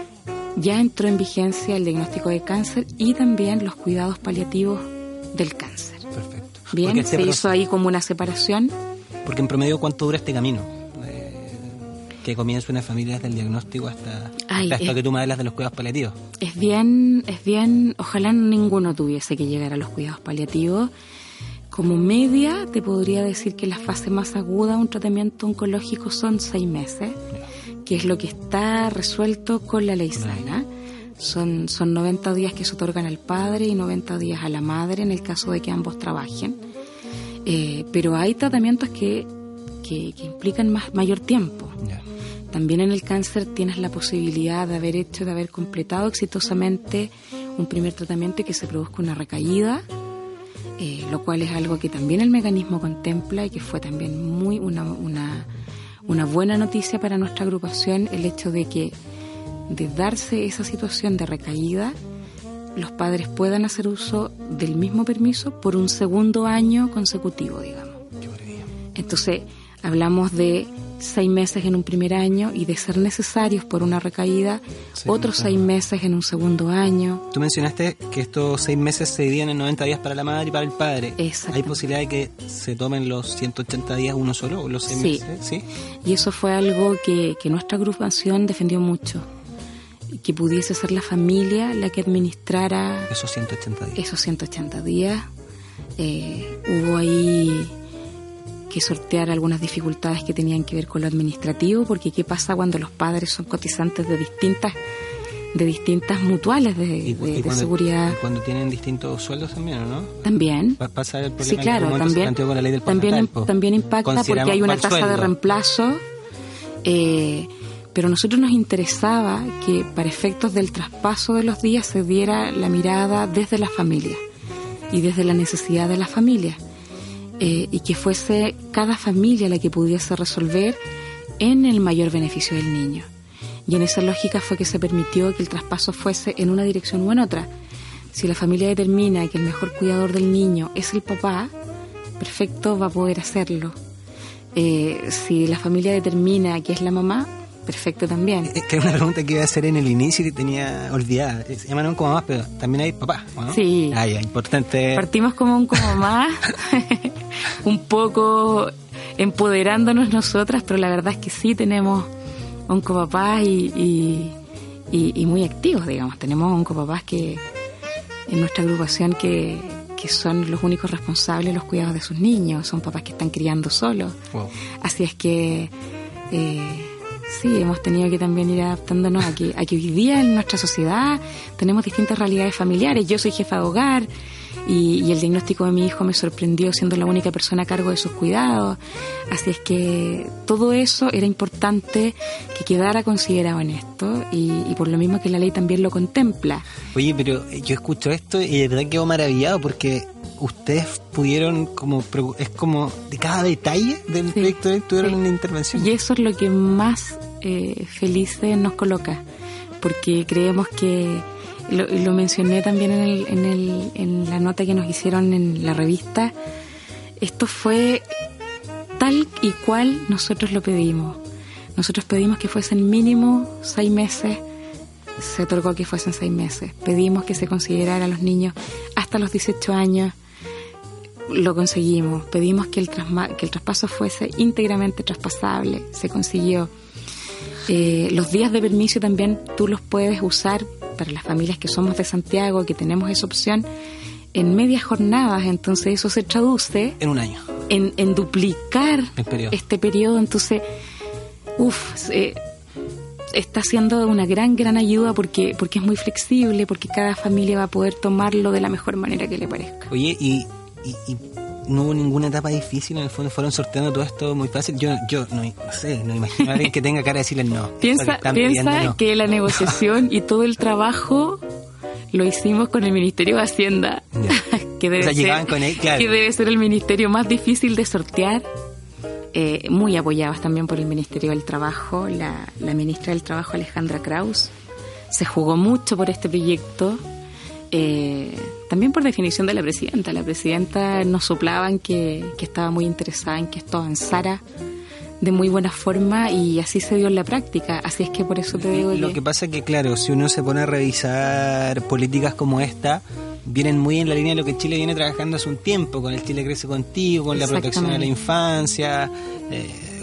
ya entró en vigencia el diagnóstico de cáncer y también los cuidados paliativos del cáncer. Perfecto. Bien, Porque este se proce- hizo ahí como una separación. Porque en promedio, ¿cuánto dura este camino? Eh, que comienza una familia desde el diagnóstico hasta, Ay, hasta esto eh. que tú me hablas de los cuidados paliativos. Es bien, es bien, ojalá ninguno tuviese que llegar a los cuidados paliativos. como media te podría decir que la fase más aguda de un tratamiento oncológico son seis meses, que es lo que está resuelto con la ley sana. Son, son noventa días que se otorgan al padre y noventa días a la madre en el caso de que ambos trabajen. Eh, pero hay tratamientos que, que, que implican más, mayor tiempo. Yeah. También en el cáncer tienes la posibilidad de haber hecho, de haber completado exitosamente un primer tratamiento y que se produzca una recaída, eh, lo cual es algo que también el mecanismo contempla y que fue también muy una, una, una buena noticia para nuestra agrupación, el hecho de que de darse esa situación de recaída, los padres puedan hacer uso del mismo permiso por un segundo año consecutivo, digamos. Entonces, hablamos de seis meses en un primer año y de ser necesarios por una recaída, sí, otros seis meses en un segundo año. Tú mencionaste que estos seis meses se dividen en noventa días para la madre y para el padre. Exacto. ¿Hay posibilidad de que se tomen los ciento ochenta días uno solo o los seis sí. meses? Sí. Y eso fue algo que, que nuestra agrupación defendió mucho. Que pudiese ser la familia la que administrara esos ciento ochenta días. Esos ciento ochenta días. Eh, hubo ahí que sortear algunas dificultades que tenían que ver con lo administrativo, porque ¿qué pasa cuando los padres son cotizantes de distintas de distintas mutuales de, y, de, y de cuando, seguridad? Y cuando tienen distintos sueldos también, ¿o no? También. Va a pasar el problema. Sí, claro, que también, se con la ley del también, también impacta porque hay una tasa sueldo. de reemplazo. Eh, Pero a nosotros nos interesaba que para efectos del traspaso de los días se diera la mirada desde la familia y desde la necesidad de la familia, eh, y que fuese cada familia la que pudiese resolver en el mayor beneficio del niño. Y en esa lógica fue que se permitió que el traspaso fuese en una dirección u en otra. Si la familia determina que el mejor cuidador del niño es el papá, perfecto, va a poder hacerlo. Eh, si la familia determina que es la mamá, perfecto también. Es que es una pregunta que iba a hacer en el inicio y que tenía olvidada. Se llaman un como más, pero también hay papá, ¿no? Sí. Ah, ya, importante. Partimos como un como más, un poco empoderándonos nosotras, pero la verdad es que sí tenemos oncopapás y, y, y, y muy activos, digamos. Tenemos oncopapás que en nuestra agrupación que, que son los únicos responsables de los cuidados de sus niños. Son papás que están criando solos. Wow. Así es que... Eh, sí, hemos tenido que también ir adaptándonos a que, a que hoy día en nuestra sociedad tenemos distintas realidades familiares. Yo soy jefa de hogar y, y el diagnóstico de mi hijo me sorprendió siendo la única persona a cargo de sus cuidados. Así es que todo eso era importante que quedara considerado en esto y, y por lo mismo que la ley también lo contempla. Oye, pero yo escucho esto y de verdad quedo maravillado porque ustedes pudieron, como es como de cada detalle del sí, proyecto tuvieron sí. una intervención. Y eso es lo que más eh, felices nos coloca, porque creemos que, lo, lo mencioné también en, el, en, el, en la nota que nos hicieron en la revista, esto fue tal y cual nosotros lo pedimos. Nosotros pedimos que fuesen mínimo seis meses, se otorgó que fuesen seis meses. Pedimos que se considerara a los niños hasta los dieciocho años, lo conseguimos. Pedimos que el, trasma- que el traspaso fuese íntegramente traspasable, se consiguió. Eh, los días de permiso también tú los puedes usar para las familias que somos de Santiago, que tenemos esa opción, en medias jornadas. Entonces eso se traduce en un año en, en duplicar periodo. este periodo. Entonces uff, eh, está siendo una gran gran ayuda porque porque es muy flexible, porque cada familia va a poder tomarlo de la mejor manera que le parezca. Oye, y, y, y no hubo ninguna etapa difícil, en el fondo fueron sorteando todo esto muy fácil. Yo yo no, no sé, no imagino a alguien que tenga cara de decirles no. Piensa, que piensa no. que la negociación y todo el trabajo lo hicimos con el Ministerio de Hacienda, que debe, o sea, ser, con él, claro. que debe ser el ministerio más difícil de sortear, eh, muy apoyados también por el Ministerio del Trabajo. La, la ministra del Trabajo, Alejandra Kraus, se jugó mucho por este proyecto, eh, también por definición de la presidenta. La presidenta nos soplaban que, que estaba muy interesada en que esto avanzara de muy buena forma y así se dio en la práctica. Así es que por eso te digo lo que... que pasa es que, claro, si uno se pone a revisar políticas como esta, vienen muy en la línea de lo que Chile viene trabajando hace un tiempo, con el Chile Crece Contigo, con la protección a la infancia, eh,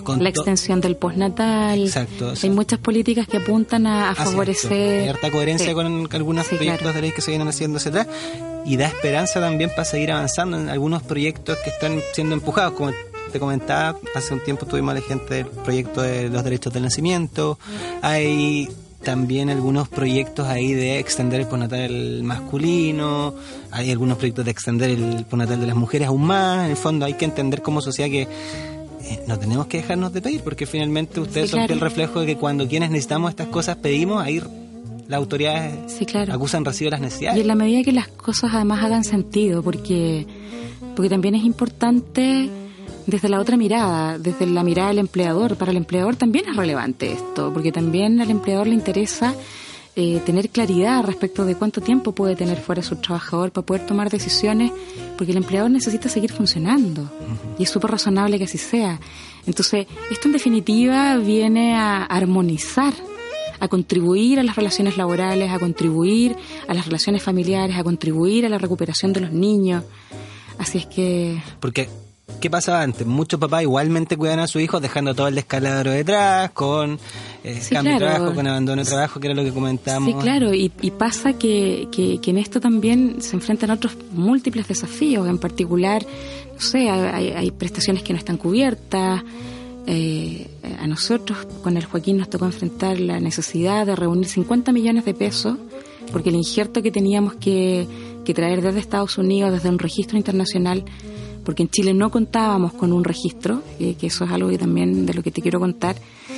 la extensión del postnatal. Exacto. O sea, hay muchas políticas que apuntan a, a favorecer. Hay harta coherencia sí. con algunos sí, proyectos claro. de ley que se vienen haciendo hacia atrás, y da esperanza también para seguir avanzando en algunos proyectos que están siendo empujados, como te comentaba, hace un tiempo tuvimos a la gente del proyecto de los derechos del nacimiento. Hay también algunos proyectos ahí de extender el postnatal masculino, hay algunos proyectos de extender el postnatal de las mujeres aún más. En el fondo hay que entender como sociedad que eh, no tenemos que dejarnos de pedir, porque finalmente ustedes sí, son claro. el reflejo de que cuando quienes necesitamos estas cosas pedimos, ahí las autoridades sí, claro. acusan recibo de las necesidades. Y en la medida que las cosas además hagan sentido, porque, porque también es importante desde la otra mirada, desde la mirada del empleador. Para el empleador también es relevante esto, porque también al empleador le interesa eh, tener claridad respecto de cuánto tiempo puede tener fuera su trabajador para poder tomar decisiones, porque el empleador necesita seguir funcionando, uh-huh. y es súper razonable que así sea. Entonces, esto en definitiva viene a armonizar, a contribuir a las relaciones laborales, a contribuir a las relaciones familiares, a contribuir a la recuperación de los niños. Así es que... Porque... ¿Qué pasaba antes? Muchos papás igualmente cuidan a sus hijos dejando todo el descalabro detrás, con eh, sí, cambio claro. de trabajo, con abandono de trabajo, que era lo que comentábamos. Sí, claro, y, y pasa que, que, que en esto también se enfrentan otros múltiples desafíos. En particular, no sé, hay, hay prestaciones que no están cubiertas. Eh, a nosotros, con el Joaquín, nos tocó enfrentar la necesidad de reunir cincuenta millones de pesos, porque el injerto que teníamos que, que traer desde Estados Unidos, desde un registro internacional, porque en Chile no contábamos con un registro, eh, que eso es algo que también de lo que te quiero contar.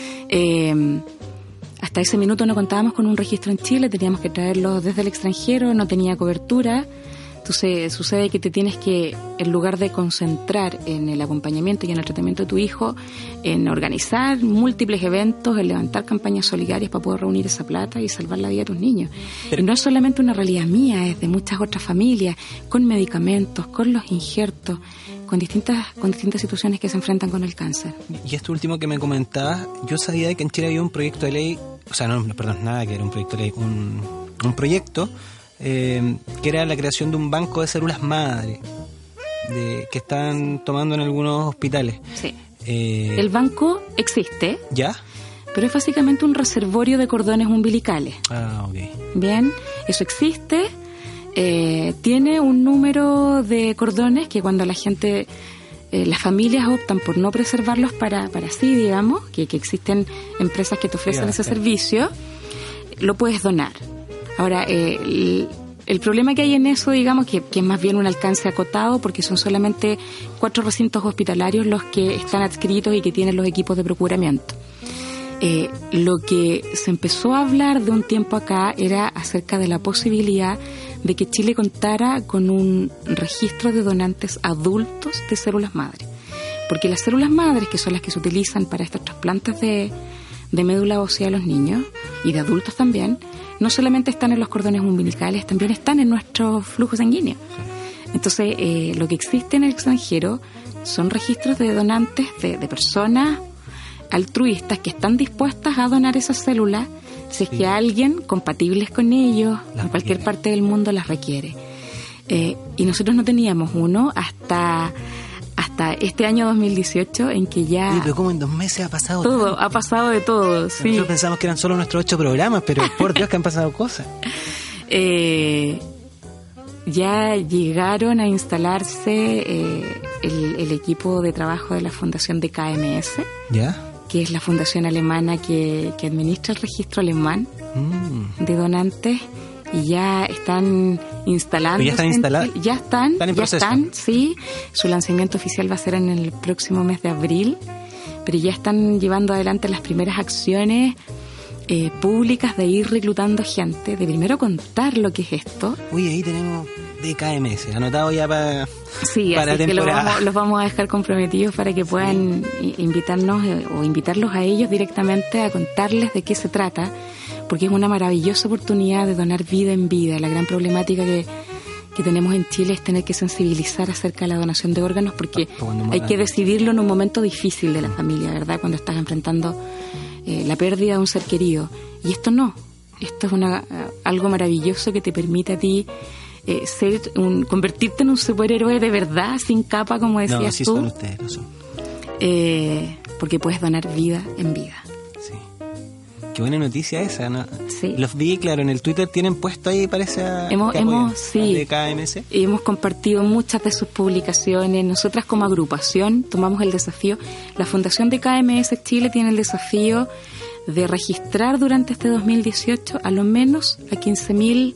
Eh, hasta ese minuto no contábamos con un registro en Chile, teníamos que traerlo desde el extranjero, no tenía cobertura. Entonces sucede que te tienes que, en lugar de concentrar en el acompañamiento y en el tratamiento de tu hijo, en organizar múltiples eventos, en levantar campañas solidarias para poder reunir esa plata y salvar la vida de tus niños. Pero y no es solamente una realidad mía, es de muchas otras familias, con medicamentos, con los injertos, con distintas con distintas situaciones que se enfrentan con el cáncer. Y esto último que me comentabas, yo sabía de que en Chile había un proyecto de ley, o sea, no, perdón, nada que era un proyecto de ley, un, un proyecto Eh, que era la creación de un banco de células madre de, que están tomando en algunos hospitales. Sí. Eh, el banco existe. ¿Ya? Pero es básicamente un reservorio de cordones umbilicales. Ah, ok. Bien, eso existe. Eh, tiene un número de cordones que cuando la gente, eh, las familias optan por no preservarlos para, para sí, digamos, que, que existen empresas que te ofrecen yeah, ese yeah. servicio, lo puedes donar. Ahora, eh, el, el problema que hay en eso, digamos, que, que es más bien un alcance acotado, porque son solamente cuatro recintos hospitalarios los que están adscritos y que tienen los equipos de procuramiento. Eh, lo que se empezó a hablar de un tiempo acá era acerca de la posibilidad de que Chile contara con un registro de donantes adultos de células madre. Porque las células madres, que son las que se utilizan para estos trasplantes de, de médula ósea a los niños, y de adultos también, no solamente están en los cordones umbilicales, también están en nuestro flujo sanguíneo. Entonces, eh, lo que existe en el extranjero son registros de donantes de, de personas altruistas que están dispuestas a donar esas células si es sí. que alguien compatibles con ellos en cualquier requiere. parte del mundo las requiere. Eh, y nosotros no teníamos uno hasta hasta este año dos mil dieciocho, en que ya... Sí, pero como en dos meses ha pasado todo, tanto. ha pasado de todo, sí. Nosotros pensamos que eran solo nuestros ocho programas, pero por Dios que han pasado cosas. Eh, ya llegaron a instalarse eh, el, el equipo de trabajo de la Fundación de K M S, ¿ya? Que es la fundación alemana que, que administra el registro alemán mm. de donantes, y ya están instalando. ¿Ya están instalados? Ya están, ¿Están en ya proceso? están, sí. Su lanzamiento oficial va a ser en el próximo mes de abril, pero ya están llevando adelante las primeras acciones eh, públicas de ir reclutando gente, de primero contar lo que es esto. Uy, ahí tenemos de K M S, anotado ya para sí, para así temporada. Que los vamos, los vamos a dejar comprometidos para que puedan sí. invitarnos eh, o invitarlos a ellos directamente a contarles de qué se trata, porque es una maravillosa oportunidad de donar vida en vida. La gran problemática que, que tenemos en Chile es tener que sensibilizar acerca de la donación de órganos, porque hay que decidirlo en un momento difícil de la familia, ¿verdad? Cuando estás enfrentando eh, la pérdida de un ser querido. Y esto no, esto es una, algo maravilloso que te permite a ti eh, ser un, convertirte en un superhéroe de verdad, sin capa, como decías no, sí tú. son ustedes, no son. eh, porque puedes donar vida en vida. Sí. Qué buena noticia esa, ¿no? Sí. Los vi, claro, en el Twitter tienen puesto ahí, parece, a, hemos, hemos sí, de K M S. Hemos compartido muchas de sus publicaciones. Nosotras como agrupación tomamos el desafío. La Fundación de K M S Chile tiene el desafío de registrar durante este dos mil dieciocho a lo menos a quince mil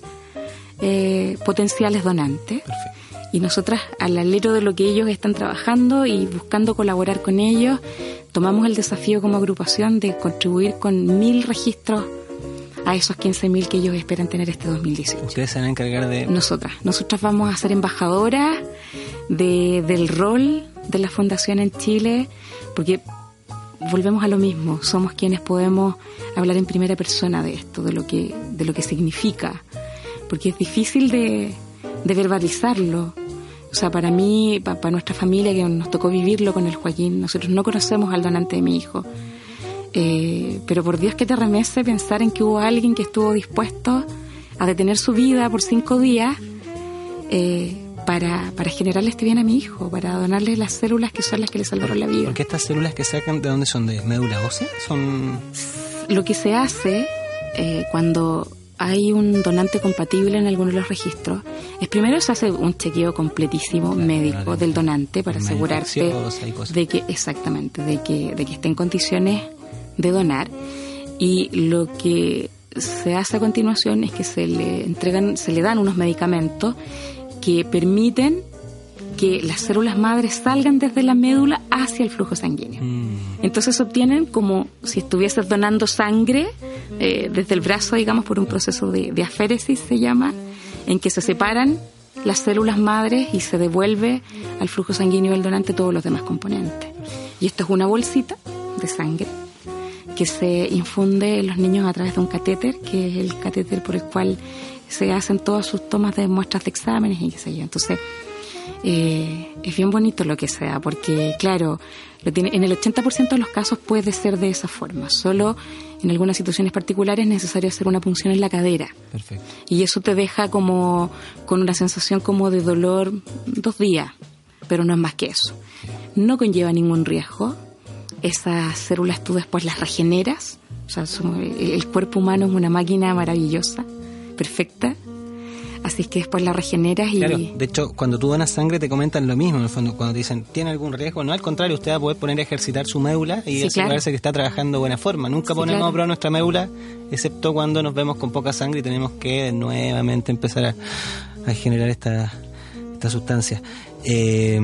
eh, potenciales donantes. Perfecto. Y nosotras, al alero de lo que ellos están trabajando y buscando colaborar con ellos, tomamos el desafío como agrupación de contribuir con mil registros a esos quince mil que ellos esperan tener este dos mil dieciocho. Ustedes se van a encargar de... Nosotras. Nosotras vamos a ser embajadoras de, del rol de la Fundación en Chile, porque volvemos a lo mismo, somos quienes podemos hablar en primera persona de esto, de lo que, de lo que significa, porque es difícil de... de verbalizarlo. O sea, para mí, para, para nuestra familia que nos tocó vivirlo con el Joaquín, nosotros no conocemos al donante de mi hijo, eh, pero por Dios que te remece pensar en que hubo alguien que estuvo dispuesto a detener su vida por cinco días eh, para, para generarle este bien a mi hijo, para donarle las células que son las que le salvaron la vida. Porque estas células que sacan, ¿de dónde son? ¿De médula ósea? Son... Lo que se hace eh, cuando hay un donante compatible en alguno de los registros, es primero se hace un chequeo completísimo, claro, médico claro, del donante para asegurarse de que exactamente de que de que esté en condiciones de donar, y lo que se hace a continuación es que se le entregan se le dan unos medicamentos que permiten que las células madres salgan desde la médula hacia el flujo sanguíneo. Mm. Entonces se obtienen como si estuvieses donando sangre eh, desde el brazo, digamos, por un proceso de, de aféresis, se llama, en que se separan las células madres y se devuelve al flujo sanguíneo del donante todos los demás componentes. Y esto es una bolsita de sangre que se infunde en los niños a través de un catéter, que es el catéter por el cual se hacen todas sus tomas de muestras de exámenes y qué sé yo. Entonces, Eh, es bien bonito lo que sea, porque claro, lo tiene, en el ochenta por ciento de los casos puede ser de esa forma. Solo en algunas situaciones particulares es necesario hacer una punción en la cadera. Perfecto. Y eso te deja como con una sensación como de dolor dos días, pero no es más que eso. No conlleva ningún riesgo. Esas células tú después las regeneras. O sea, el cuerpo humano es una máquina maravillosa, perfecta. Así es que después la regeneras y... Claro, de hecho, cuando tú donas sangre te comentan lo mismo, en el fondo, cuando te dicen, ¿tiene algún riesgo? No, al contrario, usted va a poder poner a ejercitar su médula y sí, asegurarse claro. que está trabajando de buena forma. Nunca sí, ponemos claro. a prueba nuestra médula, excepto cuando nos vemos con poca sangre y tenemos que nuevamente empezar a, a generar esta, esta sustancia. Eh,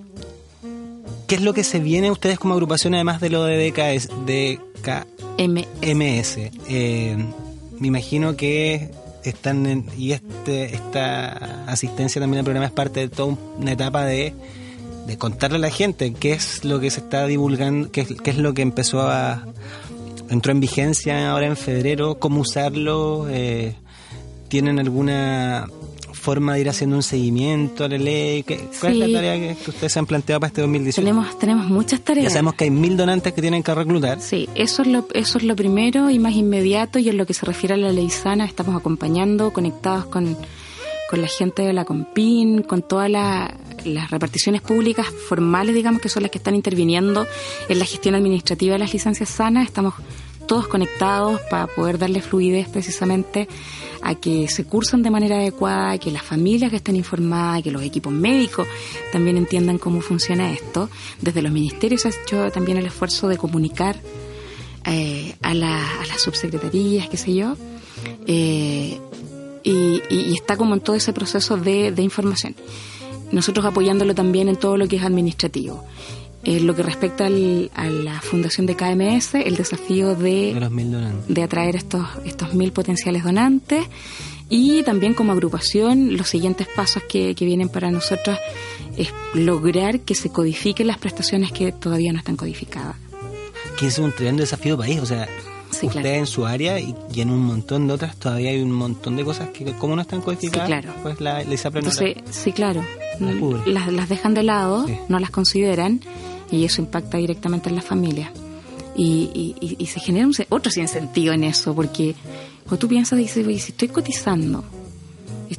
¿Qué es lo que se viene ustedes como agrupación, además de lo de D K S, D K M S? Eh, me imagino que... están en, y este esta asistencia también al programa es parte de toda una etapa de, de contarle a la gente qué es lo que se está divulgando, qué es, qué es lo que empezó a entró en vigencia ahora en febrero, cómo usarlo, eh, tienen alguna forma de ir haciendo un seguimiento a la ley. ¿Cuál sí. es la tarea que, que ustedes se han planteado para este dos mil dieciocho? Tenemos, tenemos muchas tareas. Ya sabemos que hay mil donantes que tienen que reclutar. Sí, eso es lo, eso es lo primero y más inmediato, y en lo que se refiere a la ley sana estamos acompañando, conectados con, con la gente de la Compin, con todas la, las reparticiones públicas formales, digamos, que son las que están interviniendo en la gestión administrativa de las licencias sanas. Estamos todos conectados para poder darle fluidez precisamente a que se cursen de manera adecuada, que las familias que estén informadas, que los equipos médicos también entiendan cómo funciona esto. Desde los ministerios se ha hecho también el esfuerzo de comunicar eh, a, la, a las subsecretarías, qué sé yo, eh, y, y, y está como en todo ese proceso de, de información. Nosotros apoyándolo también en todo lo que es administrativo. En lo que respecta al, a la fundación de K M S, el desafío de, de, los mil donantes. de atraer estos, estos mil potenciales donantes, y también como agrupación los siguientes pasos que, que vienen para nosotros es lograr que se codifiquen las prestaciones que todavía no están codificadas. Que es un tremendo desafío país, o sea, sí, usted claro. en su área y, y en un montón de otras todavía hay un montón de cosas que como no están codificadas, sí, claro. pues la, la ISAPRE no Entonces, la, sí, claro, la cubre. Las, las dejan de lado, sí. no las consideran, y eso impacta directamente en la familia. Y, y, y se genera un, otro sinsentido en eso, porque cuando tú piensas, dices, oye, si estoy cotizando, estoy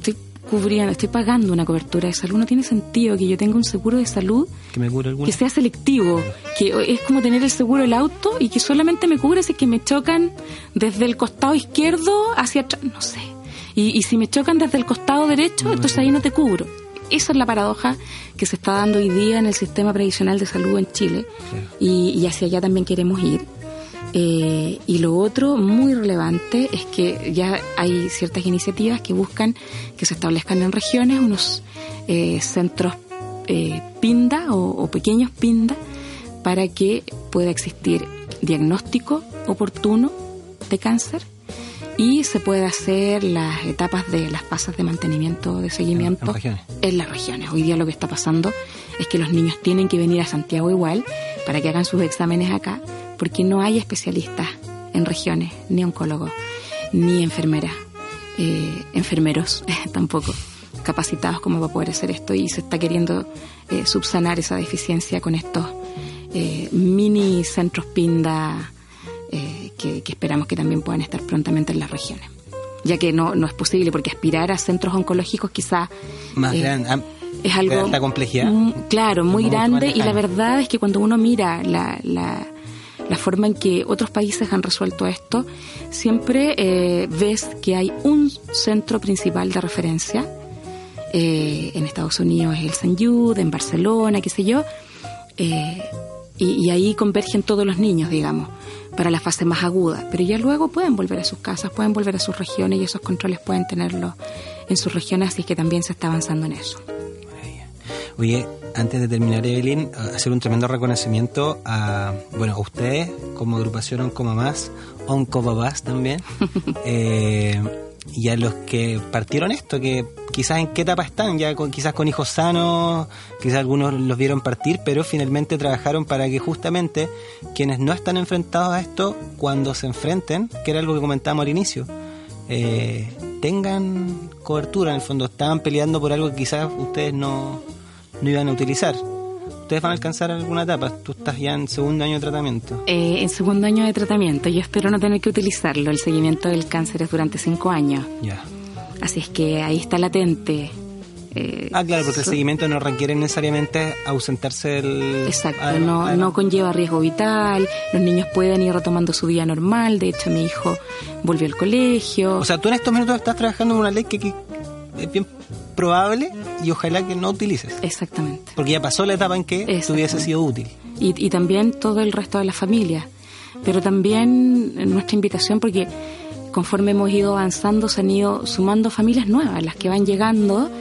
cubriendo, estoy pagando una cobertura de salud, no tiene sentido que yo tenga un seguro de salud que, me cubra alguna... que sea selectivo, que es como tener el seguro del auto y que solamente me cubre si es que me chocan desde el costado izquierdo hacia atrás, no sé. Y, y si me chocan desde el costado derecho, no, entonces ahí no te cubro. Esa es la paradoja que se está dando hoy día en el sistema previsional de salud en Chile. Claro. y, y hacia allá también queremos ir. Eh, y lo otro muy relevante es que ya hay ciertas iniciativas que buscan que se establezcan en regiones unos eh, centros eh, PINDA o, o pequeños PINDA para que pueda existir diagnóstico oportuno de cáncer y se pueda hacer las etapas de las fases de mantenimiento, de seguimiento en, en, regiones. en las regiones. Hoy día lo que está pasando es que los niños tienen que venir a Santiago igual para que hagan sus exámenes acá, porque no hay especialistas en regiones, ni oncólogos, ni enfermeras, eh, enfermeros tampoco capacitados como para poder hacer esto, y se está queriendo eh, subsanar esa deficiencia con estos eh, mini centros PINDA eh, que, que esperamos que también puedan estar prontamente en las regiones, ya que no, no es posible, porque aspirar a centros oncológicos quizás más eh, grande, es algo de alta complejidad, m- claro, muy grande, y la verdad es que cuando uno mira la, la la forma en que otros países han resuelto esto, siempre eh, ves que hay un centro principal de referencia. Eh, en Estados Unidos es el Saint Jude, en Barcelona, qué sé yo, eh, y, y ahí convergen todos los niños, digamos, para la fase más aguda. Pero ya luego pueden volver a sus casas, pueden volver a sus regiones, y esos controles pueden tenerlos en sus regiones, así que también se está avanzando en eso. Oye, antes de terminar, Evelyn, hacer un tremendo reconocimiento a, bueno, a ustedes como agrupación Oncomamás, Oncopapás también, eh, y a los que partieron esto, que quizás en qué etapa están, ya con, quizás con hijos sanos, quizás algunos los vieron partir, pero finalmente trabajaron para que justamente quienes no están enfrentados a esto, cuando se enfrenten, que era algo que comentábamos al inicio, eh, tengan cobertura. En el fondo estaban peleando por algo que quizás ustedes no... no iban a utilizar. ¿Ustedes van a alcanzar alguna etapa? Tú estás ya en segundo año de tratamiento. Eh, en segundo año de tratamiento. Yo espero no tener que utilizarlo. El seguimiento del cáncer es durante cinco años. Ya. Así es que ahí está latente. Eh, ah, claro, porque so- el seguimiento no requiere necesariamente ausentarse del... Exacto, ah, no, ah, no conlleva riesgo vital. Los niños pueden ir retomando su vida normal. De hecho, mi hijo volvió al colegio. O sea, tú en estos minutos estás trabajando en una ley que, que es bien probable y ojalá que no utilices. Exactamente. Porque ya pasó la etapa en que tuviese sido útil. Y, y también todo el resto de la familia. Pero también nuestra invitación, porque conforme hemos ido avanzando se han ido sumando familias nuevas, las que van llegando,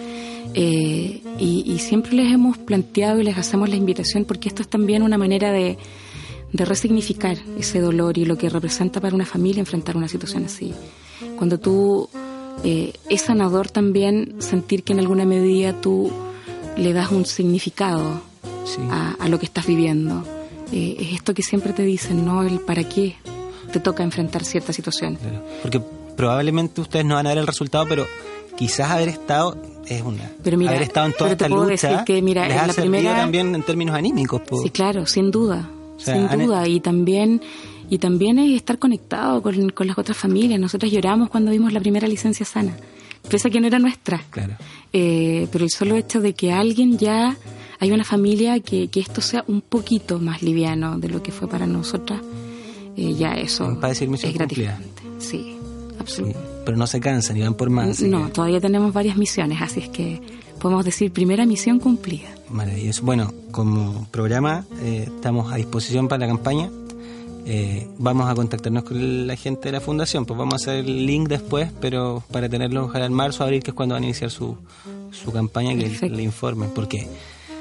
eh, y, y siempre les hemos planteado y les hacemos la invitación, porque esto es también una manera de, de resignificar ese dolor y lo que representa para una familia enfrentar una situación así. Cuando tú... Eh, es sanador también sentir que en alguna medida tú le das un significado sí. a, a lo que estás viviendo. Eh, es esto que siempre te dicen, ¿no? El para qué te toca enfrentar cierta situación. Claro. Porque probablemente ustedes no van a ver el resultado, pero quizás haber estado es una pero mira, haber estado en toda esta lucha que, mira, les ha la servido primera... también en términos anímicos. Po. Sí, claro, sin duda, o sea, sin duda. han... Y también... Y también es estar conectado con, con las otras familias. Nosotros lloramos cuando vimos la primera licencia sana, pese a que no era nuestra. Claro. Eh, pero el solo hecho de que alguien ya, hay una familia que, que esto sea un poquito más liviano de lo que fue para nosotras, eh, ya eso es gratificante. Sí, absolutamente. Sí, pero no se cansan y van por más. No, que... todavía tenemos varias misiones, así es que podemos decir primera misión cumplida. Maravilloso. Bueno, como programa eh, estamos a disposición para la campaña. Eh, vamos a contactarnos con la gente de la fundación, pues vamos a hacer el link después, pero para tenerlo ojalá en marzo o abril, que es cuando van a iniciar su, su campaña, que Perfecto. Le informen, porque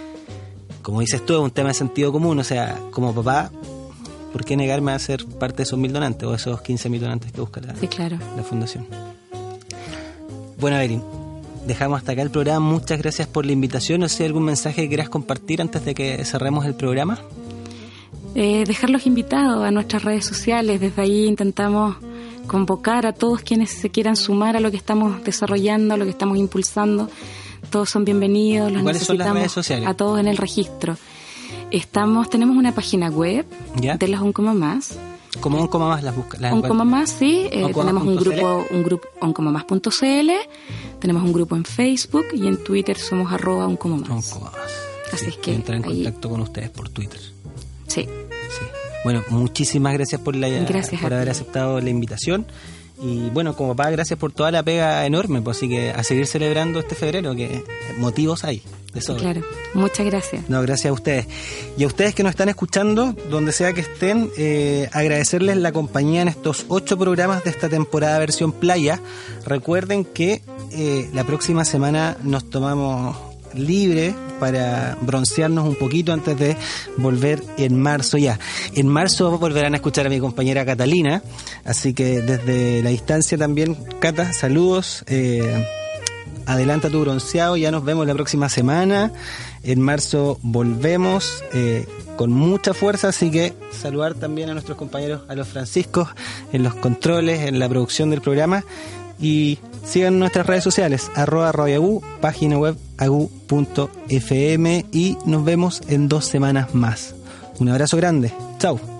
como dices tú, es un tema de sentido común. O sea, como papá, ¿por qué negarme a ser parte de esos mil donantes o esos quince mil donantes que busca la, sí, claro. la fundación? Bueno, Evelyn, dejamos hasta acá el programa. Muchas gracias por la invitación. No sé si hay algún mensaje que quieras compartir antes de que cerremos el programa. Eh, dejarlos invitados a nuestras redes sociales. Desde ahí intentamos convocar a todos quienes se quieran sumar a lo que estamos desarrollando, a lo que estamos impulsando. Todos son bienvenidos, los ¿Cuáles necesitamos son las redes sociales? A todos en el registro. Estamos, tenemos una página web ¿Ya? de las Oncomamás. ¿Cómo Oncomamás las busca? Las Oncomamás, sí. Eh, Oncomamás tenemos un grupo, un grupo oncomamás punto c l, Tenemos un grupo en Facebook y en Twitter somos arroba un como más. Un como más. Así Sí, es que entrar en ahí- contacto con ustedes por Twitter. Sí. Sí. Bueno, muchísimas gracias por la Gracias por a haber ti. aceptado la invitación. Y bueno, como papá, gracias por toda la pega enorme, pues así que a seguir celebrando este febrero, que motivos hay. De sobra. Claro. Muchas gracias. No, gracias a ustedes. Y a ustedes que nos están escuchando, donde sea que estén, eh, agradecerles la compañía en estos ocho programas de esta temporada versión playa. Recuerden que eh, la próxima semana nos tomamos libre para broncearnos un poquito antes de volver en marzo ya. En marzo volverán a escuchar a mi compañera Catalina, así que desde la distancia también, Cata, saludos. Eh, adelanta tu bronceado, ya nos vemos la próxima semana. En marzo volvemos eh, con mucha fuerza, así que saludar también a nuestros compañeros, a los Franciscos, en los controles, en la producción del programa. Y sigan nuestras redes sociales, arroba Radio Agu, página web agu punto f m, y nos vemos en dos semanas más. Un abrazo grande. Chao.